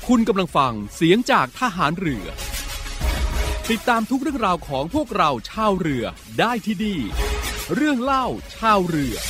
คุณกำลังฟังเสียงจากทหารเรือติดตามทุกเรื่องราวของพวกเราชาวเรือได้ที่นี่เรื่องเล่าชาวเรือ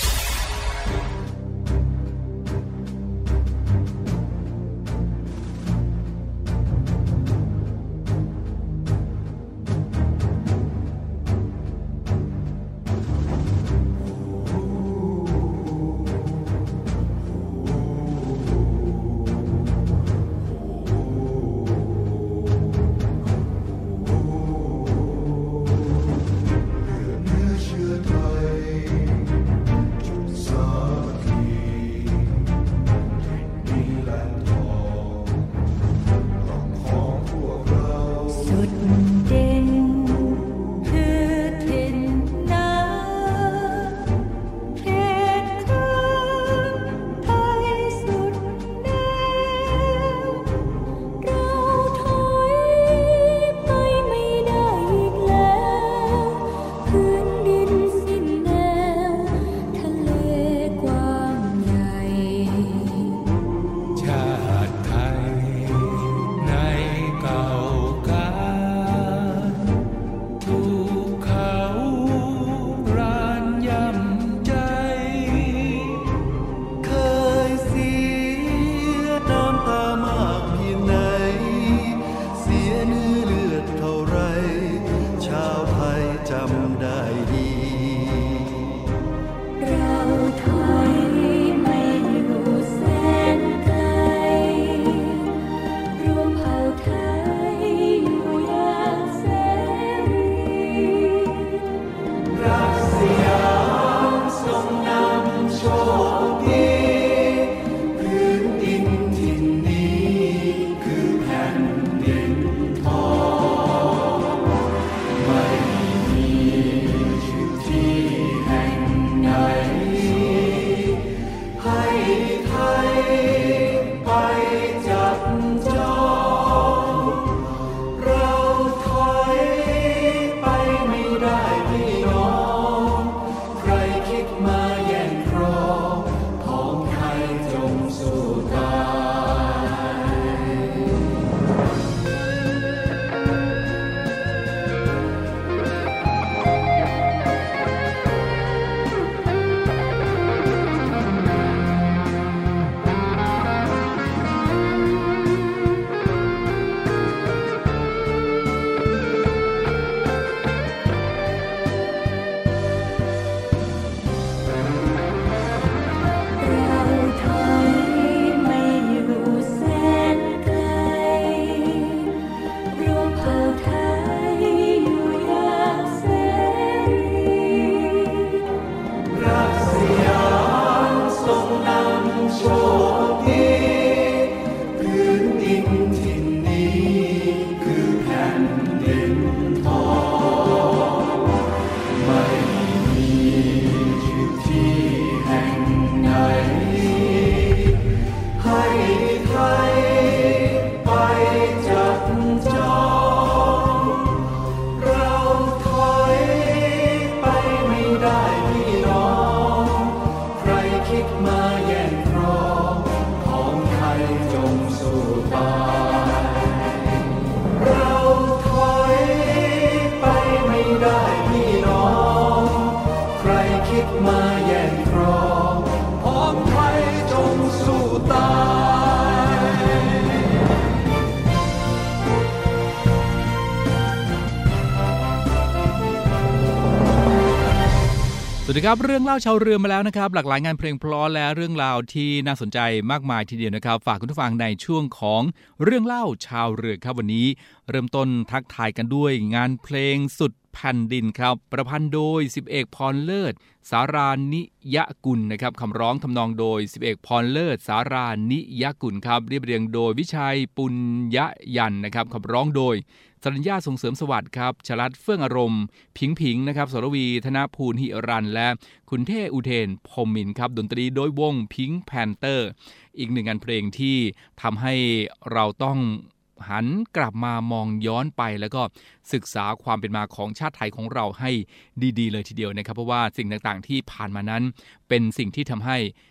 สวัสดีครับเรื่องเล่าชาวเรือมาแล้วนะครับหลากหลายงานเพลงเพราะและเรื่องราวที่น่าสนใจมากมายทีเดียวนะครับฝากคุณผู้ฟังในช่วงของเรื่องเล่าชาวเรือครับวันนี้เริ่มต้นทักทายกันด้วยงานเพลงสุดแผ่นดินครับประพันธ์โดยสิบเอกพรเลิศสารานิยกุลนะครับคำร้องทำนองโดยสิบเอกพรเลิศสารานิยกุลครับเรียบเรียงโดยวิชัยปุญญยันนะครับคำร้องโดยสรัญญาส่งเสริมสวัสดิ์ครับชลัดเฟื่องอารมณ์ผิงนะครับสรวีธนภูลหิรันและคุณเทอุเทนพรหมินทร์ครับดนตรีโดยวงพิงค์แพนเตอร์อีกหนึ่งงานเพลงที่ทำให้เราต้องหันกลับมามองย้อนไปแล้วก็ศึกษาความเป็นมาของชาติไทยของเราให้ดีๆเลยทีเดียวนะครับเพราะว่าสิ่งต่างๆที่ผ่านมานั้นเป็นสิ่งที่ทำให้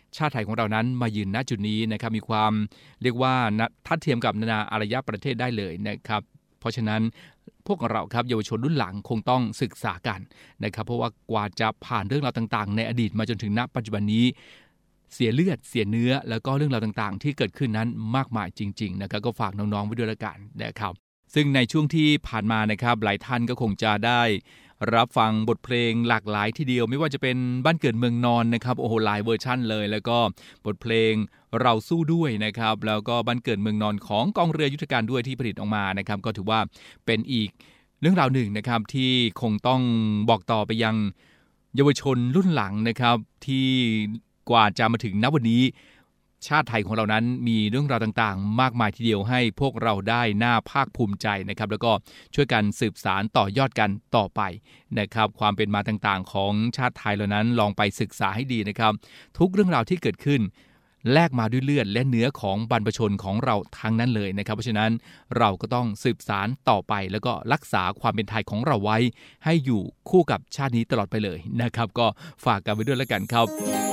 ชาติไทยของเรานั้นมายืนณจุดนี้นะครับมีความเรียกว่าทัดเทียมกับนานาอารยประเทศได้เลยนะครับเพราะฉะนั้นพวกเราครับเยาวชนรุ่นหลังคงต้องศึกษากันนะครับเพราะว่ากว่าจะผ่านเรื่องราวต่างๆในอดีตมาจนถึงณปัจจุบันนี้เสียเลือดเสียเนื้อแล้วก็เรื่องราวต่างๆที่เกิดขึ้นนั้นมากมายจริงๆนะครับก็ฝากน้องๆไว้ด้วยละกันนะครับซึ่งในช่วงที่ผ่านมานะครับหลายท่านก็คงจะได้รับฟังบทเพลงหลากหลายทีเดียวไม่ว่าจะเป็นบ้านเกิดเมืองนอนนะครับโอ้โหหลายเวอร์ชั่นเลยแล้วก็บทเพลงเราสู้ด้วยนะครับแล้วก็บ้านเกิดเมืองนอนของกองเรือยุทธการด้วยที่ผลิตออกมานะครับก็ถือว่าเป็นอีกเรื่องราวหนึ่งนะครับที่คงต้องบอกต่อไปยังเยาวชนรุ่นหลังนะครับที่กว่าจะมาถึงณวันนี้ชาติไทยของเรานั้นมีเรื่องราวต่างๆมากมายทีเดียวให้พวกเราได้น่าภาคภูมิใจนะครับแล้วก็ช่วยกันสืบสานต่อยอดกันต่อไปนะครับความเป็นมาต่างๆของชาติไทยเหล่านั้นลองไปศึกษาให้ดีนะครับทุกเรื่องราวที่เกิดขึ้นแลกมาด้วยเลือดและเนื้อของบรรพชนของเราทั้งนั้นเลยนะครับเพราะฉะนั้นเราก็ต้องสืบสานต่อไปแล้วก็รักษาความเป็นไทยของเราไว้ให้อยู่คู่กับชาตินี้ตลอดไปเลยนะครับก็ฝากกันไว้ด้วยแล้วกันครับ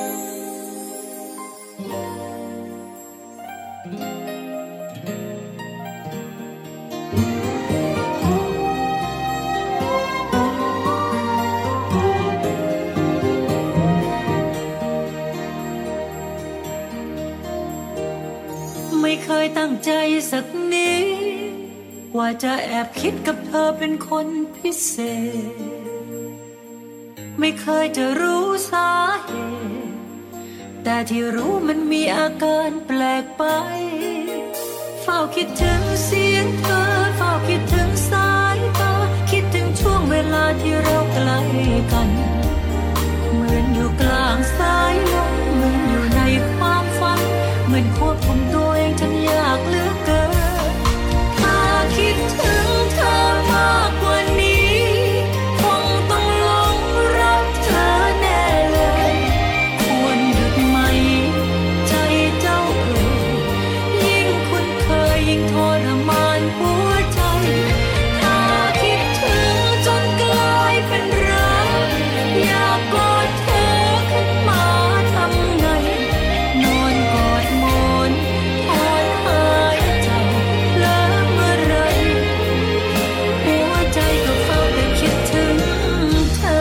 ไม่เคยตั้งใจสักนิดว่าจะแอบคิดกับเธอเป็นคนพิเศษไม่เคยจะรู้สาเหตุแต่ที่รู้มันมีอาการแปลกไปเฝ้าคิดถึงเสียงเธอเฝ้าคิดถึงสายตาคิดถึงช่วงเวลาที่เราใกล้กันเหมือนอยู่กลางสายลมเหมือนอยู่ในความฝันเหมือนควบคุมตัวเองฉันยากเหลือเกินถ้าคิดถึงเธอมากกว่านี้คงต้องหลงรักเธอแน่เลยควรหยุดไหมใจเจ้าเอ๋ยยิ่งคุ้นเคยยิ่งทรมานหัวใจถ้าคิดถึงจนกลายเป็นรักอยากกอดเธอขึ้นมาทำไงนอนกอดหมอนถอนหายใจเลิกเมื่อไรหัวใจก็เฝ้าแต่คิดถึงเธอ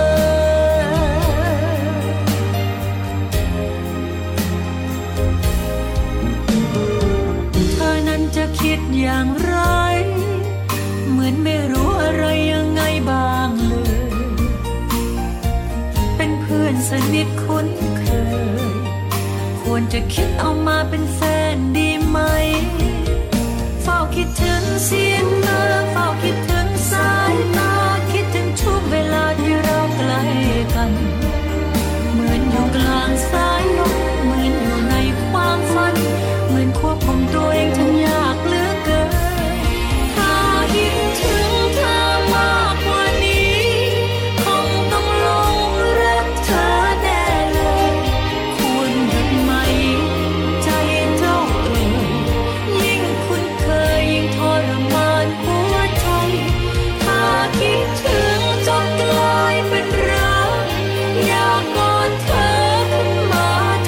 เธอนั้นจะคิดอย่างไรเหมือนไม่รู้อะไรยังไงบ้างเลยเป็นเพื่อนสนิทคุ้นเคยควรจะคิดเอามาเป็นแฟนดีไหมเฝ้าคิดถึงเสียงเธอเฝ้าคิดถึงสายตาคิดถึงช่วงเวลาที่เราใกล้กันเหมือนอยู่กลางสายลมเหมือนอยู่ในความฝันเหมือนควบคุมตัวเองฉันยากเหลือเกินถ้าคิดถึงเธอมากกว่านี้คงต้องหลงรักเธอแน่เลยควรหยุดไหมใจเจ้าเอ๋ยยิ่งคุ้นเคยยิ่งทรมานหัวใจถ้าคิดถึงจนกลายเป็นรักอยากกอดเธอขึ้นมา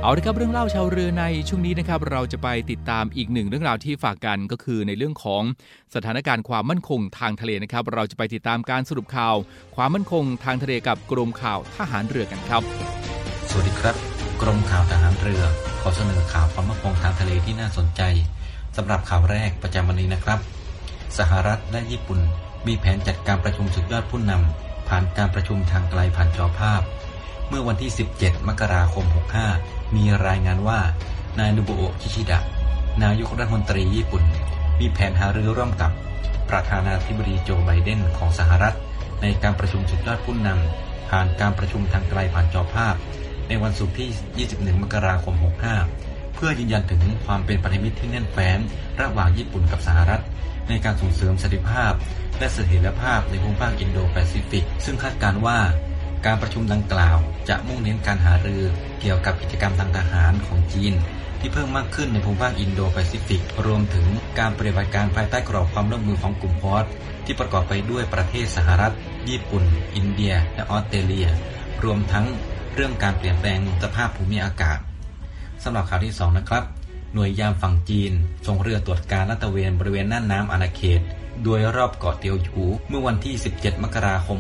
เอาละครับเรื่องเล่าชาวเรือในช่วงนี้นะครับเราจะไปติดตามอีกหนึ่งเรื่องราวที่ฝากกันก็คือในเรื่องของสถานการณ์ความมั่นคงทางทะเลนะครับเราจะไปติดตามการสรุปข่าวความมั่นคงทางทะเลกับกรมข่าวทหารเรือกันครับสวัสดีครับกรมข่าวทหารเรือขอเสนอข่าวความมั่นคงทางทะเลที่น่าสนใจสำหรับข่าวแรกประจำวันนี้นะครับสหรัฐและญี่ปุ่นมีแผนจัดการประชุมสุดยอดผู้นำผ่านการประชุมทางไกลผ่านจอภาพเมื่อวันที่17 มกราคม 65มีรายงานว่านายโนบุโอะคิชิดะนายกรัฐมนตรีญี่ปุ่นมีแผนหารือร่วมกับประธานาธิบดีโจไบเดนของสหรัฐในการประชุมสุดยอดผู้นำผ่านการประชุมทางไกลผ่านจอภาพในวันศุกร์ที่21 มกราคม 65เพื่อยืนยันถึงความเป็นพันธมิตรที่แน่นแฟ้นระหว่างญี่ปุ่นกับสหรัฐในการส่งเสริมสันติภาพและเสถียรภาพในภูมิภาคอินโดแปซิฟิกซึ่งคาดการณ์ว่าการประชุมดังกล่าวจะมุ่งเน้นการหารือเกี่ยวกับกิจกรรมทางทหารของจีนที่เพิ่มมากขึ้นในภูมิภาคอินโดแปซิฟิกรวมถึงการปฏิบัติการภายใต้กรอบความร่วมมือของกลุ่มควอดที่ประกอบไปด้วยประเทศสหรัฐญี่ปุ่นอินเดียและออสเตรเลียรวมทั้งเรื่องการเปลี่ยนแปลงสภาพภูมิอากาศสำหรับข่าวที่2นะครับหน่วยยามฝั่งจีนส่งเรือตรวจการลาดตระเวนบริเวณน่านน้ำอาณาเขตโดยรอบเกาะเตียวหยูเมื่อวันที่17 มกราคม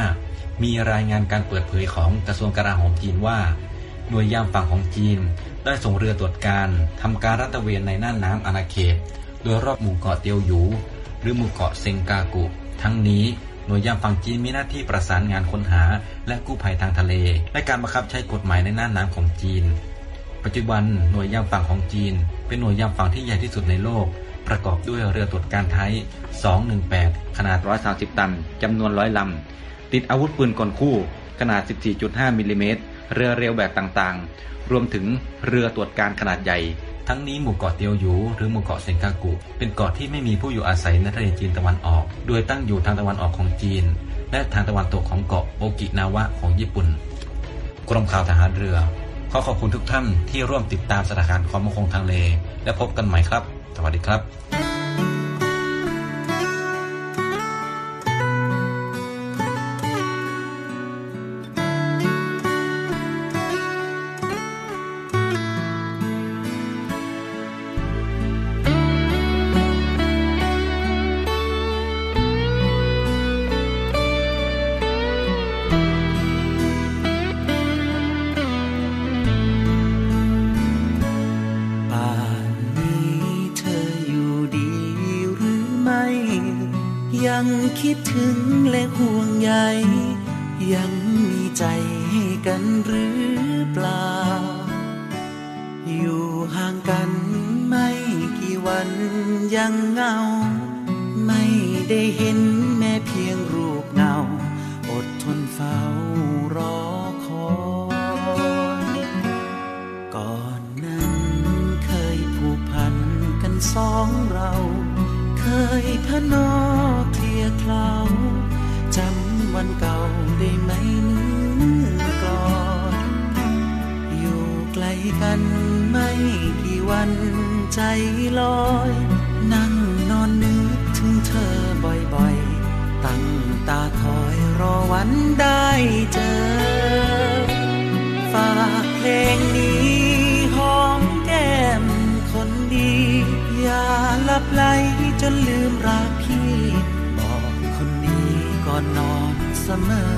65มีรายงานการเปิดเผยของกระทรวงกลาโหมจีนว่าหน่วยยามฝั่งของจีนได้ส่งเรือตรวจการทำการลาดตระเวนในน่านน้ำอาณาเขตโดยรอบหมู่เกาะเตียวหยูหรือหมู่เกาะเซงกากุทั้งนี้หน่วยยามฝั่งจีนมีหน้าที่ประสานงานค้นหาและกู้ภัยทางทะเลและการบังคับใช้กฎหมายในน่านน้ำของจีนปัจจุบันหน่วยยามฝั่งของจีนเป็นหน่วยยามฝั่งที่ใหญ่ที่สุดในโลกประกอบด้วยเรือตรวจการไทย218ขนาด130ตันจำนวน100ลำติดอาวุธปืนกลคู่ขนาด 14.5 มิลลิเมตรเรือเร็วแบบต่างๆรวมถึงเรือตรวจการขนาดใหญ่ทั้งนี้หมู่เกาะเตียวหยูหรือหมู่เกาะเซงกากุเป็นเกาะที่ไม่มีผู้อยู่อาศัยในทะเลจีนตะวันออกโดยตั้งอยู่ทางตะวันออกของจีนและทางตะวันตกของเกาะโอกินาวะของญี่ปุ่นกรมข่าวทหารเรือขอขอบคุณทุกท่านที่ร่วมติดตามสถานการณ์ความมั่นคงทางทะเลและพบกันใหม่ครับสวัสดีครับยังคิดถึงและห่วงใยยังมีใจให้กันหรือเปล่าอยู่ห่างกันไม่กี่วันยังเหงาไม่ได้เห็นแม้เพียงรูปเงาอดทนเฝ้ารอคอยก่อนนั้นเคยผูกพันกันสองเราเคยพนอเคลียร์คราวจำวันเก่าได้ไหมก่อนอยู่ไกลกันไม่กี่วันใจลอยนั่งนอนนึกถึงเธอบ่อยๆตั้งตาคอยรอวันได้เจอฝากเพลงนี้หอมแก้มคนดีอย่าหลับไหลจนลืมรักพี่บอกคนนี้ก่อนนอนเสมอ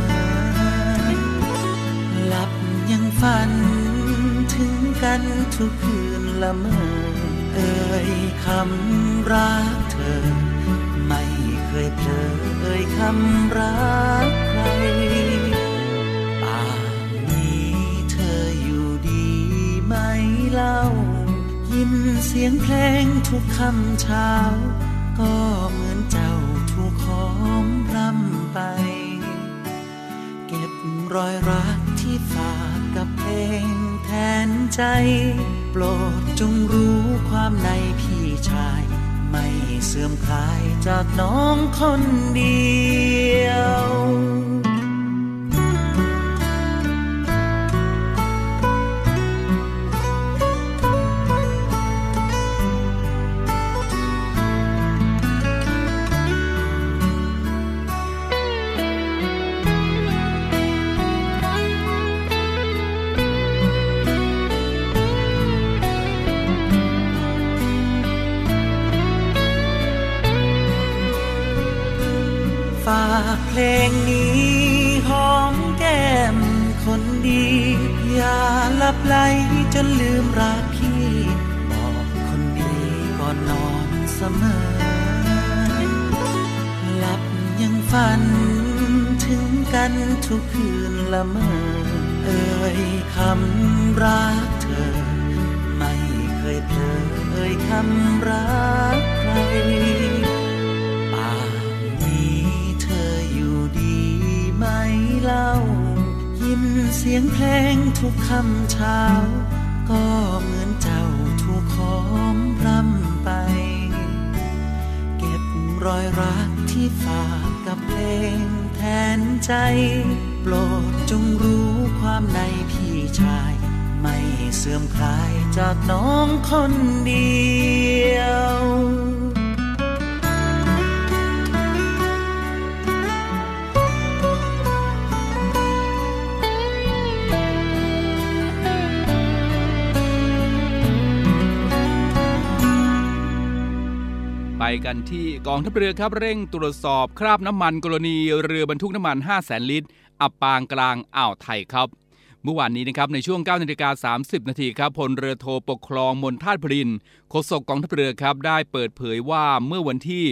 หลับยังฝันถึงกันทุกคืนละเมอเอ่ยคำรักเธอไม่เคยเผลอเอ่ยคำรักใครป่านนี้เธออยู่ดีไหมเล่ายินเสียงเพลงทุกคำเช้าก็เหมือนเจ้าถูกของรำไปเก็บรอยรักที่ฝากกับเพลงแทนใจโปรดจงรู้ความในพี่ชายไม่เสื่อมคลายจากน้องคนเดียวากเพลงนี้หอมแก้มคนดีอย่าหลับไหลจนลืมรักพี่บอกคนดีก่อนนอนเสมอหลับยังฝันถึงกันทุกคืนละเมอเอ่ยคำรักเธอไม่เคยเผลอเอ่ยคำรักใครป่านนี้เธออยู่ดีไหมเล่ายินเสียงเพลงทุกคำเช้าก็เหมือนเจ้าถูกหอมพร่ำไปเก็บรอยรักที่ฝากกับเพลงแทนใจโปรดจงรู้ความในพี่ชายไม่เสื่อมคลายจากน้องคนเดียวไปกันที่กองทัพเรือครับเร่งตรวจสอบคราบน้ำมันกรณีเรือบรรทุกน้ำมัน 500,000 ลิตรอับปางกลางอ่าวไทยครับเมื่อวานนี้นะครับในช่วง 9:30 น.ครับพลเรือโทปกครองมนทาตพรินทร์โฆษกกองทัพเรือครับได้เปิดเผยว่าเมื่อวันที่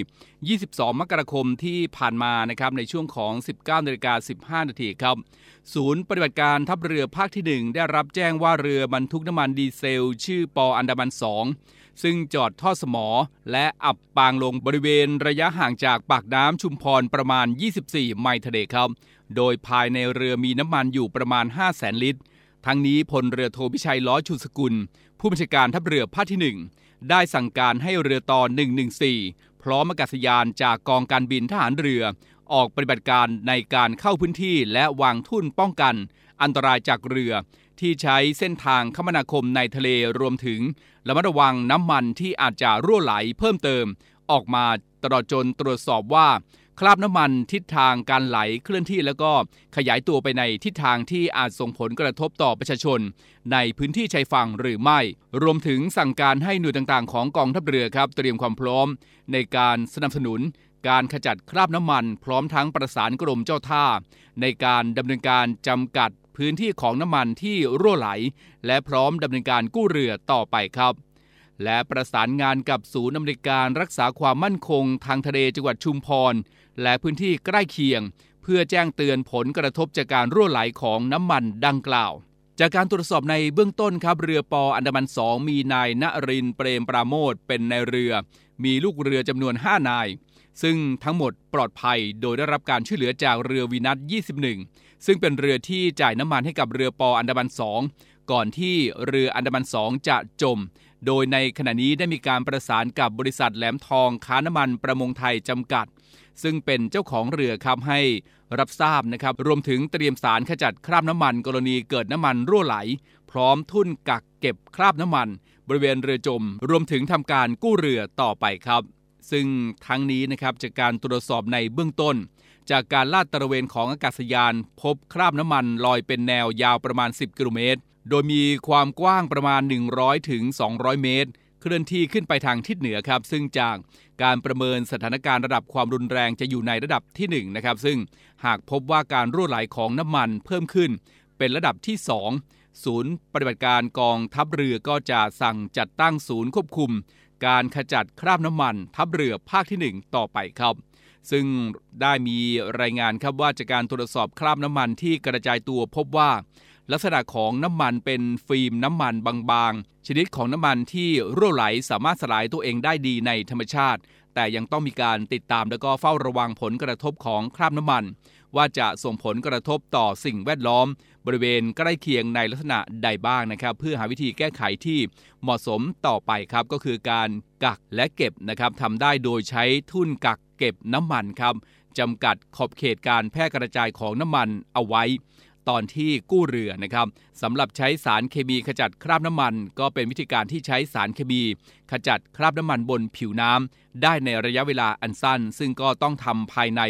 22 มกราคมที่ผ่านมานะครับในช่วงของ 19:15 น.ครับศูนย์ปฏิบัติการทัพเรือภาคที่ 1ได้รับแจ้งว่าเรือบรรทุกน้ำมันดีเซลชื่อปออันดามัน 2ซึ่งจอดทอดสมอและอับปางลงบริเวณระยะห่างจากปากน้ำชุมพรประมาณ24ไมล์ทะเลครับโดยภายในเรือมีน้ำมันอยู่ประมาณ 500,000 ลิตรทั้งนี้พลเรือโทพิชัยล้อชูสกุลผู้บัญชาการทัพเรือภาคที่ 1ได้สั่งการให้เรือต่อ114พร้อมอากาศยานจากกองการบินทหารเรือออกปฏิบัติการในการเข้าพื้นที่และวางทุ่นป้องกันอันตรายจากเรือที่ใช้เส้นทางคมนาคมในทะเลรวมถึงระมัดระวังน้ำมันที่อาจจะรั่วไหลเพิ่มเติมออกมาตลอดจนตรวจสอบว่าคราบน้ำมันทิศทางการไหลเคลื่อนที่แล้วก็ขยายตัวไปในทิศทางที่อาจส่งผลกระทบต่อประชาชนในพื้นที่ชายฝั่งหรือไม่รวมถึงสั่งการให้หน่วยต่างๆของกองทัพเรือครับเตรียมความพร้อมในการสนับสนุนการขจัดคราบน้ำมันพร้อมทั้งประสานกรมเจ้าท่าในการดำเนินการจำกัดพื้นที่ของน้ำมันที่รั่วไหลและพร้อมดำเนินการกู้เรือต่อไปครับและประสานงานกับศูนย์อำนวยการรักษาความมั่นคงทางทะเลจังหวัดชุมพรและพื้นที่ใกล้เคียงเพื่อแจ้งเตือนผลกระทบจากการรั่วไหลของน้ำมันดังกล่าวจากการตรวจสอบในเบื้องต้นครับเรือปออันดามัน 2มีนายณรินทร์เปรมปราโมทเป็นนายเรือมีลูกเรือจำนวน5นายซึ่งทั้งหมดปลอดภัยโดยได้รับการช่วยเหลือจากเรือวีนัส21ซึ่งเป็นเรือที่จ่ายน้ำมันให้กับเรือปออันดามัน 2ก่อนที่เรืออันดามัน 2จะจมโดยในขณะนี้ได้มีการประสานกับบริษัทแหลมทองค้าน้ำมันประมงไทยจำกัดซึ่งเป็นเจ้าของเรือครับให้รับทราบนะครับรวมถึงเตรียมสารขจัดคราบน้ำมันกรณีเกิดน้ำมันรั่วไหลพร้อมทุ่นกักเก็บคราบน้ำมันบริเวณเรือจมรวมถึงทำการกู้เรือต่อไปครับซึ่งทั้งนี้นะครับจากการตรวจสอบในเบื้องต้นจากการลาดตระเวนของอากาศยานพบคราบน้ำมันลอยเป็นแนวยาวประมาณ10 กิโลเมตรโดยมีความกว้างประมาณ100 ถึง 200 เมตรเคลื่อนที่ขึ้นไปทางทิศเหนือครับซึ่งจากการประเมินสถานการณ์ระดับความรุนแรงจะอยู่ในระดับที่1นะครับซึ่งหากพบว่าการรั่วไหลของน้ำมันเพิ่มขึ้นเป็นระดับที่2ศูนย์ปฏิบัติการกองทัพเรือก็จะสั่งจัดตั้งศูนย์ควบคุมการขจัดคราบน้ำมันทัพเรือภาคที่1ต่อไปครับซึ่งได้มีรายงานครับว่าจากการตรวจสอบคราบน้ำมันที่กระจายตัวพบว่าลักษณะของน้ำมันเป็นฟิล์มน้ำมันบางๆชนิดของน้ำมันที่รั่วไหลสามารถสลายตัวเองได้ดีในธรรมชาติแต่ยังต้องมีการติดตามและก็เฝ้าระวังผลกระทบของคราบน้ำมันว่าจะส่งผลกระทบต่อสิ่งแวดล้อมบริเวณใกล้เคียงในลักษณะใดบ้างนะครับเพื่อหาวิธีแก้ไขที่เหมาะสมต่อไปครับก็คือการกักและเก็บนะครับทำได้โดยใช้ทุ่นกักเก็บน้ำมันครับจำกัดขอบเขตการแพร่กระจายของน้ำมันเอาไว้ตอนที่กู้เรือนะครับสำหรับใช้สารเคมีขจัดคราบน้ำมันก็เป็นวิธีการที่ใช้สารเคมีขจัดคราบน้ำมันบนผิวน้ำได้ในระยะเวลาอันสั้นซึ่งก็ต้องทำภายใน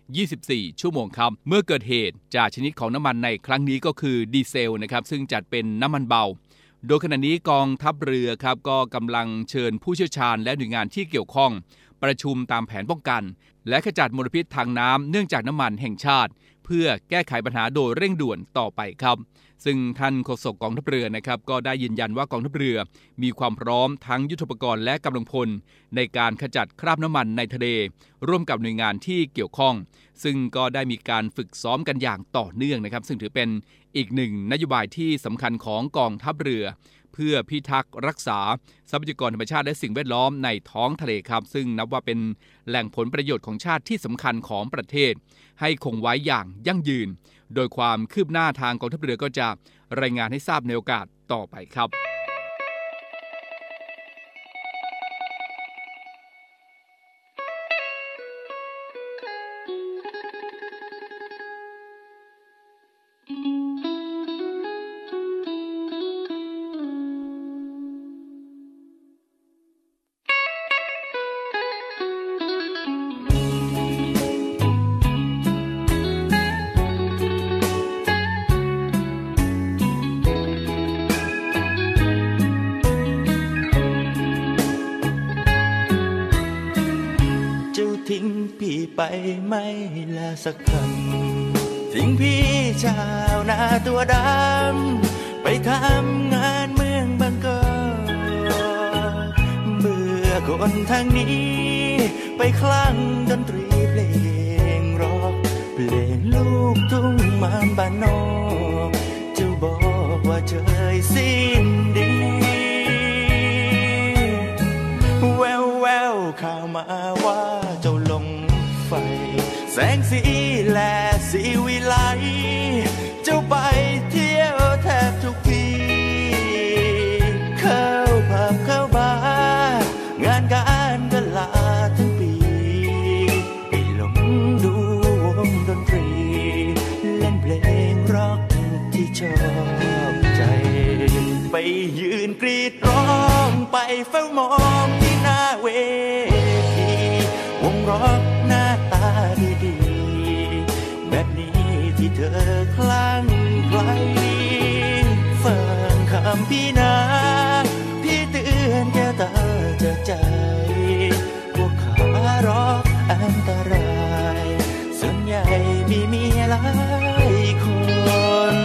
24 ชั่วโมงครับเมื่อเกิดเหตุจากชนิดของน้ำมันในครั้งนี้ก็คือดีเซลนะครับซึ่งจัดเป็นน้ำมันเบาโดยขณะนี้กองทัพเรือครับก็กำลังเชิญผู้เชี่ยวชาญและหน่วยงานที่เกี่ยวข้องปประชุมตามแผนป้องกันและขจัดมลพิษทางน้ำเนื่องจากน้ำมันแห่งชาติเพื่อแก้ไขปัญหาโดยเร่งด่วนต่อไปครับซึ่งท่านโฆษกกองทัพเรือนะครับก็ได้ยืนยันว่ากองทัพเรือมีความพร้อมทั้งยุทโธปกรณ์และกำลังพลในการขจัดคราบน้ำมันในทะเลร่วมกับหน่วยงานที่เกี่ยวข้องซึ่งก็ได้มีการฝึกซ้อมกันอย่างต่อเนื่องนะครับซึ่งถือเป็นอีกหนึ่งนโยบายที่สำคัญของกองทัพเรือเพื่อพิทักษ์รักษาทรัพยากรธรรมชาติและสิ่งแวดล้อมในท้องทะเลครับซึ่งนับว่าเป็นแหล่งผลประโยชน์ของชาติที่สำคัญของประเทศให้คงไว้อย่างยั่งยืนโดยความคืบหน้าทางกองทัพเรือก็จะรายงานให้ทราบในโอกาสต่อไปครับทิ้งพี่ไปไม่ละสักคำทิ้งพี่ชาวนาตัวดำไปทำงานเมืองบางกอกเบื่อคนทางนี้ไปคลั่งดนตรีเพลงร็อกเพลงลูกทุ่งมานบ้านนอกเจ้าบอกว่าเฉยสิ้นดีแววแววข่าวมาว่าเจ้าลงไฟแสงสีและสีวิไลเจ้าไปเที่ยวแทบทุกทีเข้าผับเข้าบาร์งานการก็ลาทั้งปีไปหลงดูวงดนตรีเล่นเพลงร็อกที่ชอบใจไปยืนกรีดร้องไปเฝ้ามองที่หน้าเวทีวงร็อกหน้าตาดีๆแบบนี้ที่เธอคลั่งไคล้ฟังคำพี่นาพี่เตือนแก้วตาจะใจพวกขาร็อกอันตรายส่วนใหญ่มีเมียหลายคน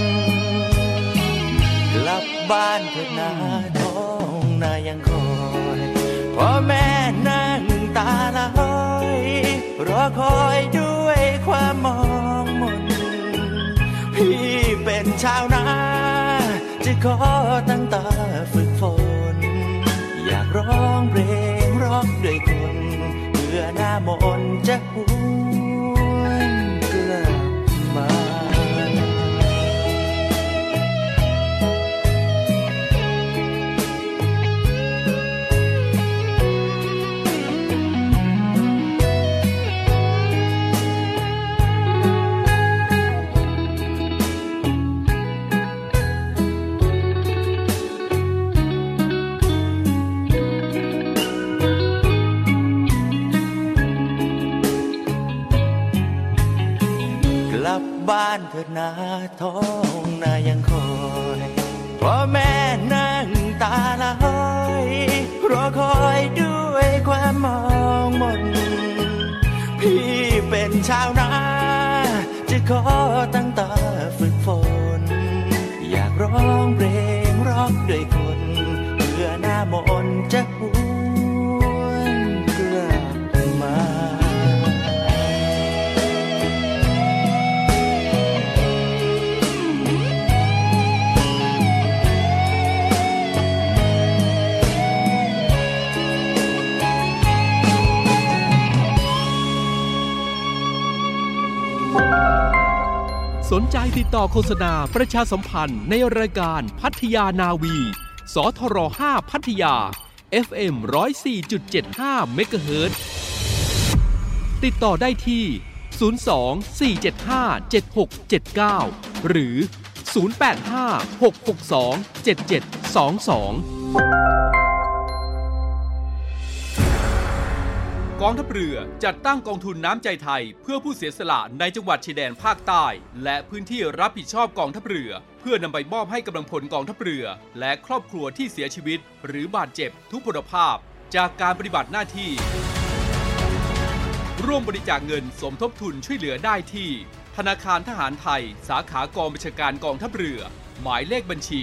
กลับบ้านเถิดนาท้องนายังคอยพ่อแม่นั่งตาลอยรอคอยด้วยความมองมนพี่เป็นชาวนาจะขอตั้งตาฝึกฝนอยากร้องเพลงร็อกด้วยคนเพื่อหน้ามนจะหวนกลับมา บ้านเถิดนาท้องนายังคอยพ่อแม่นั่งตาลอยรอคอยด้วยความมองมนพี่เป็นชาวนาจะขอตั้งตาฝึกฝนอยากร้องเพลงร็อกด้วยคนเพื่อหน้ามนจะหวนกลับมสนใจติดต่อโฆษณาประชาสัมพันธ์ในรายการพัทยานาวีสทร5พัทยา FM 104.75 เมกะเฮิรตซ์ติดต่อได้ที่02-475-7679หรือ085-662-7722กองทัพเรือจัดตั้งกองทุนน้ำใจไทยเพื่อผู้เสียสละในจังหวัดชายแดนภาคใต้และพื้นที่รับผิดชอบกองทัพเรือเพื่อนำไปมอบให้กำลังพลกองทัพเรือและครอบครัวที่เสียชีวิตหรือบาดเจ็บทุพพลภาพจากการปฏิบัติหน้าที่ร่วมบริจาคเงินสมทบทุนช่วยเหลือได้ที่ธนาคารทหารไทยสาขากองบัญชาการกองทัพเรือหมายเลขบัญชี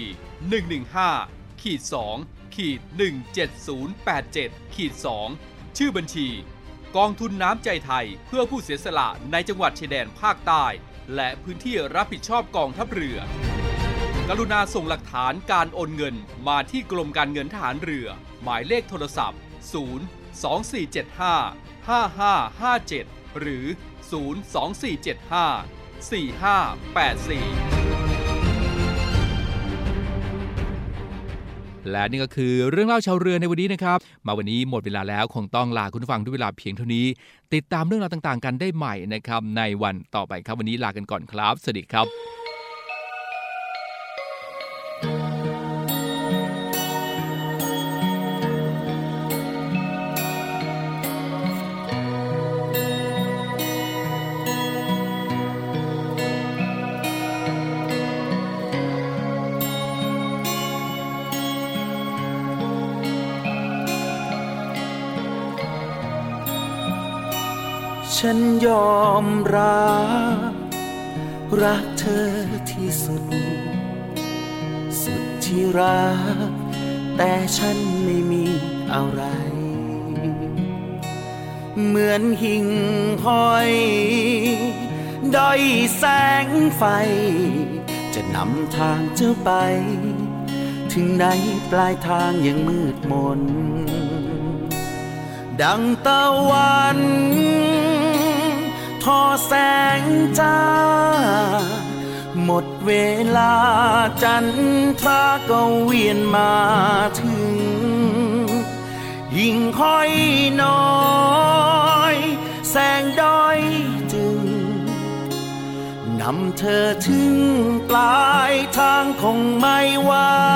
115-2-17087-2 ชื่อบัญชีกองทุนน้ำใจไทยเพื่อผู้เสียสละในจังหวัดชายแดนภาคใต้และพื้นที่รับผิดชอบกองทัพเรือกรุณาส่งหลักฐานการโอนเงินมาที่กรมการเงินทหารเรือหมายเลขโทรศัพท์024755557หรือ024754584และนี่ก็คือเรื่องเล่าชาวเรือในวันนี้นะครับมาวันนี้หมดเวลาแล้วคงต้องลาคุณผู้ฟังด้วยเวลาเพียงเท่านี้ติดตามเรื่องราวต่างๆกันได้ใหม่นะครับในวันต่อไปครับวันนี้ลากันก่อนครับสวัสดีครับฉันยอมรักเธอที่สุดที่รักแต่ฉันไม่มีอะไรเหมือนหิ่งห้อยด้อยแสงไฟจะนำทางเจ้าไปถึงไหนปลายทางยังมืดมนดังตะวันทอแสงจ้าหมดเวลาจันทราก็เวียนมาถึงหิ่งห้อยน้อยแสงด้อยจึงนำเธอถึงปลายทางคงไม่ไหว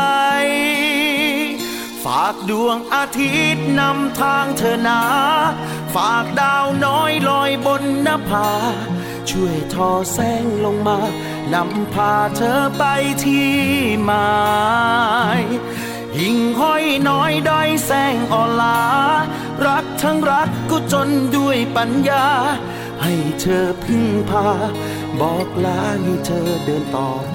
ฝากดวงอาทิตย์นำทางเธอนาฝากดาวน้อยลอยบนนภาช่วยทอแสงลงมานำพาเธอไปที่หมายหิ่งห้อยน้อยด้อยแสงอ่อนล้ารักทั้งรักก็จนด้วยปัญญาให้เธอพึ่งพาบอกลาให้เธอเดินต่อไป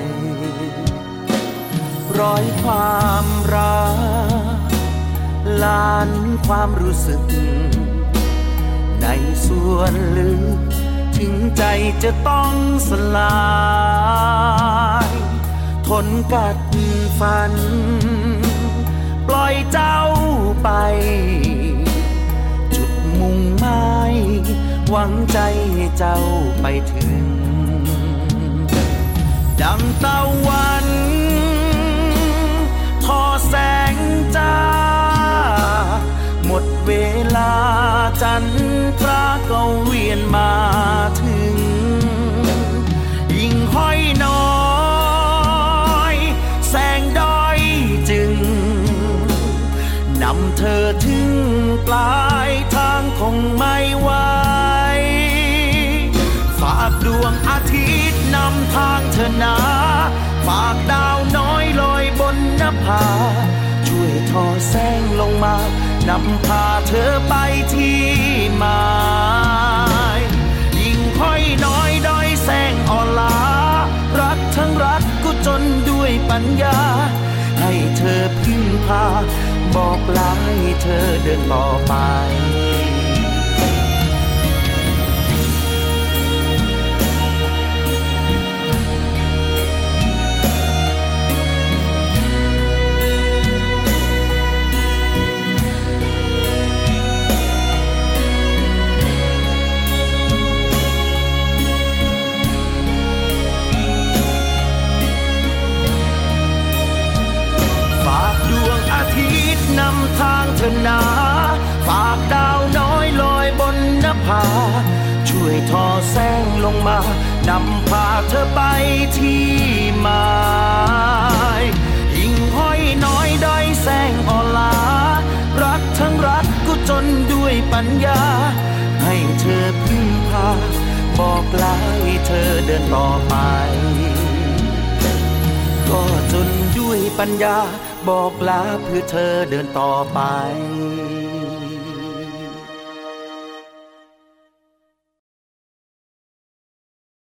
ร้อยความรักล้านความรู้สึกในส่วนลึกถึงใจจะต้องสลายทนกัดฟันปล่อยเจ้าไปจุดมุ่งหมายหวังใจให้เจ้าไปถึงดังตะวันทอแสงจ้าหมดเวลาจันทราก็เวียนมาถึงหิ่งห้อยน้อยแสงด้อยจึงนำเธอถึงปลายทางคงไม่ไหวฝากดวงอาทิตย์นำทางเธอนาฝากดาวน้อยลอยบนนภาช่วยทอแสงลงมานำพาเธอไปที่หมายหิ่งห้อยน้อยด้อยแสงอ่อนล้ารักทั้งรักก็จนด้วยปัญญาให้เธอพึ่งพาบอกลาให้เธอเดินต่อไปนำทางเธอนาฝากดาวน้อยลอยบนนภาช่วยทอแสงลงมานำพาเธอไปที่หมายหิ่งห้อยน้อยด้อยแสงอ่อนล้ารักทั้งรักก็จนด้วยปัญญาให้เธอพึ่งพาบอกลาให้เธอเดินต่อไปก็จนด้วยปัญญาบอกลาเพื่อเธอเดินต่อไป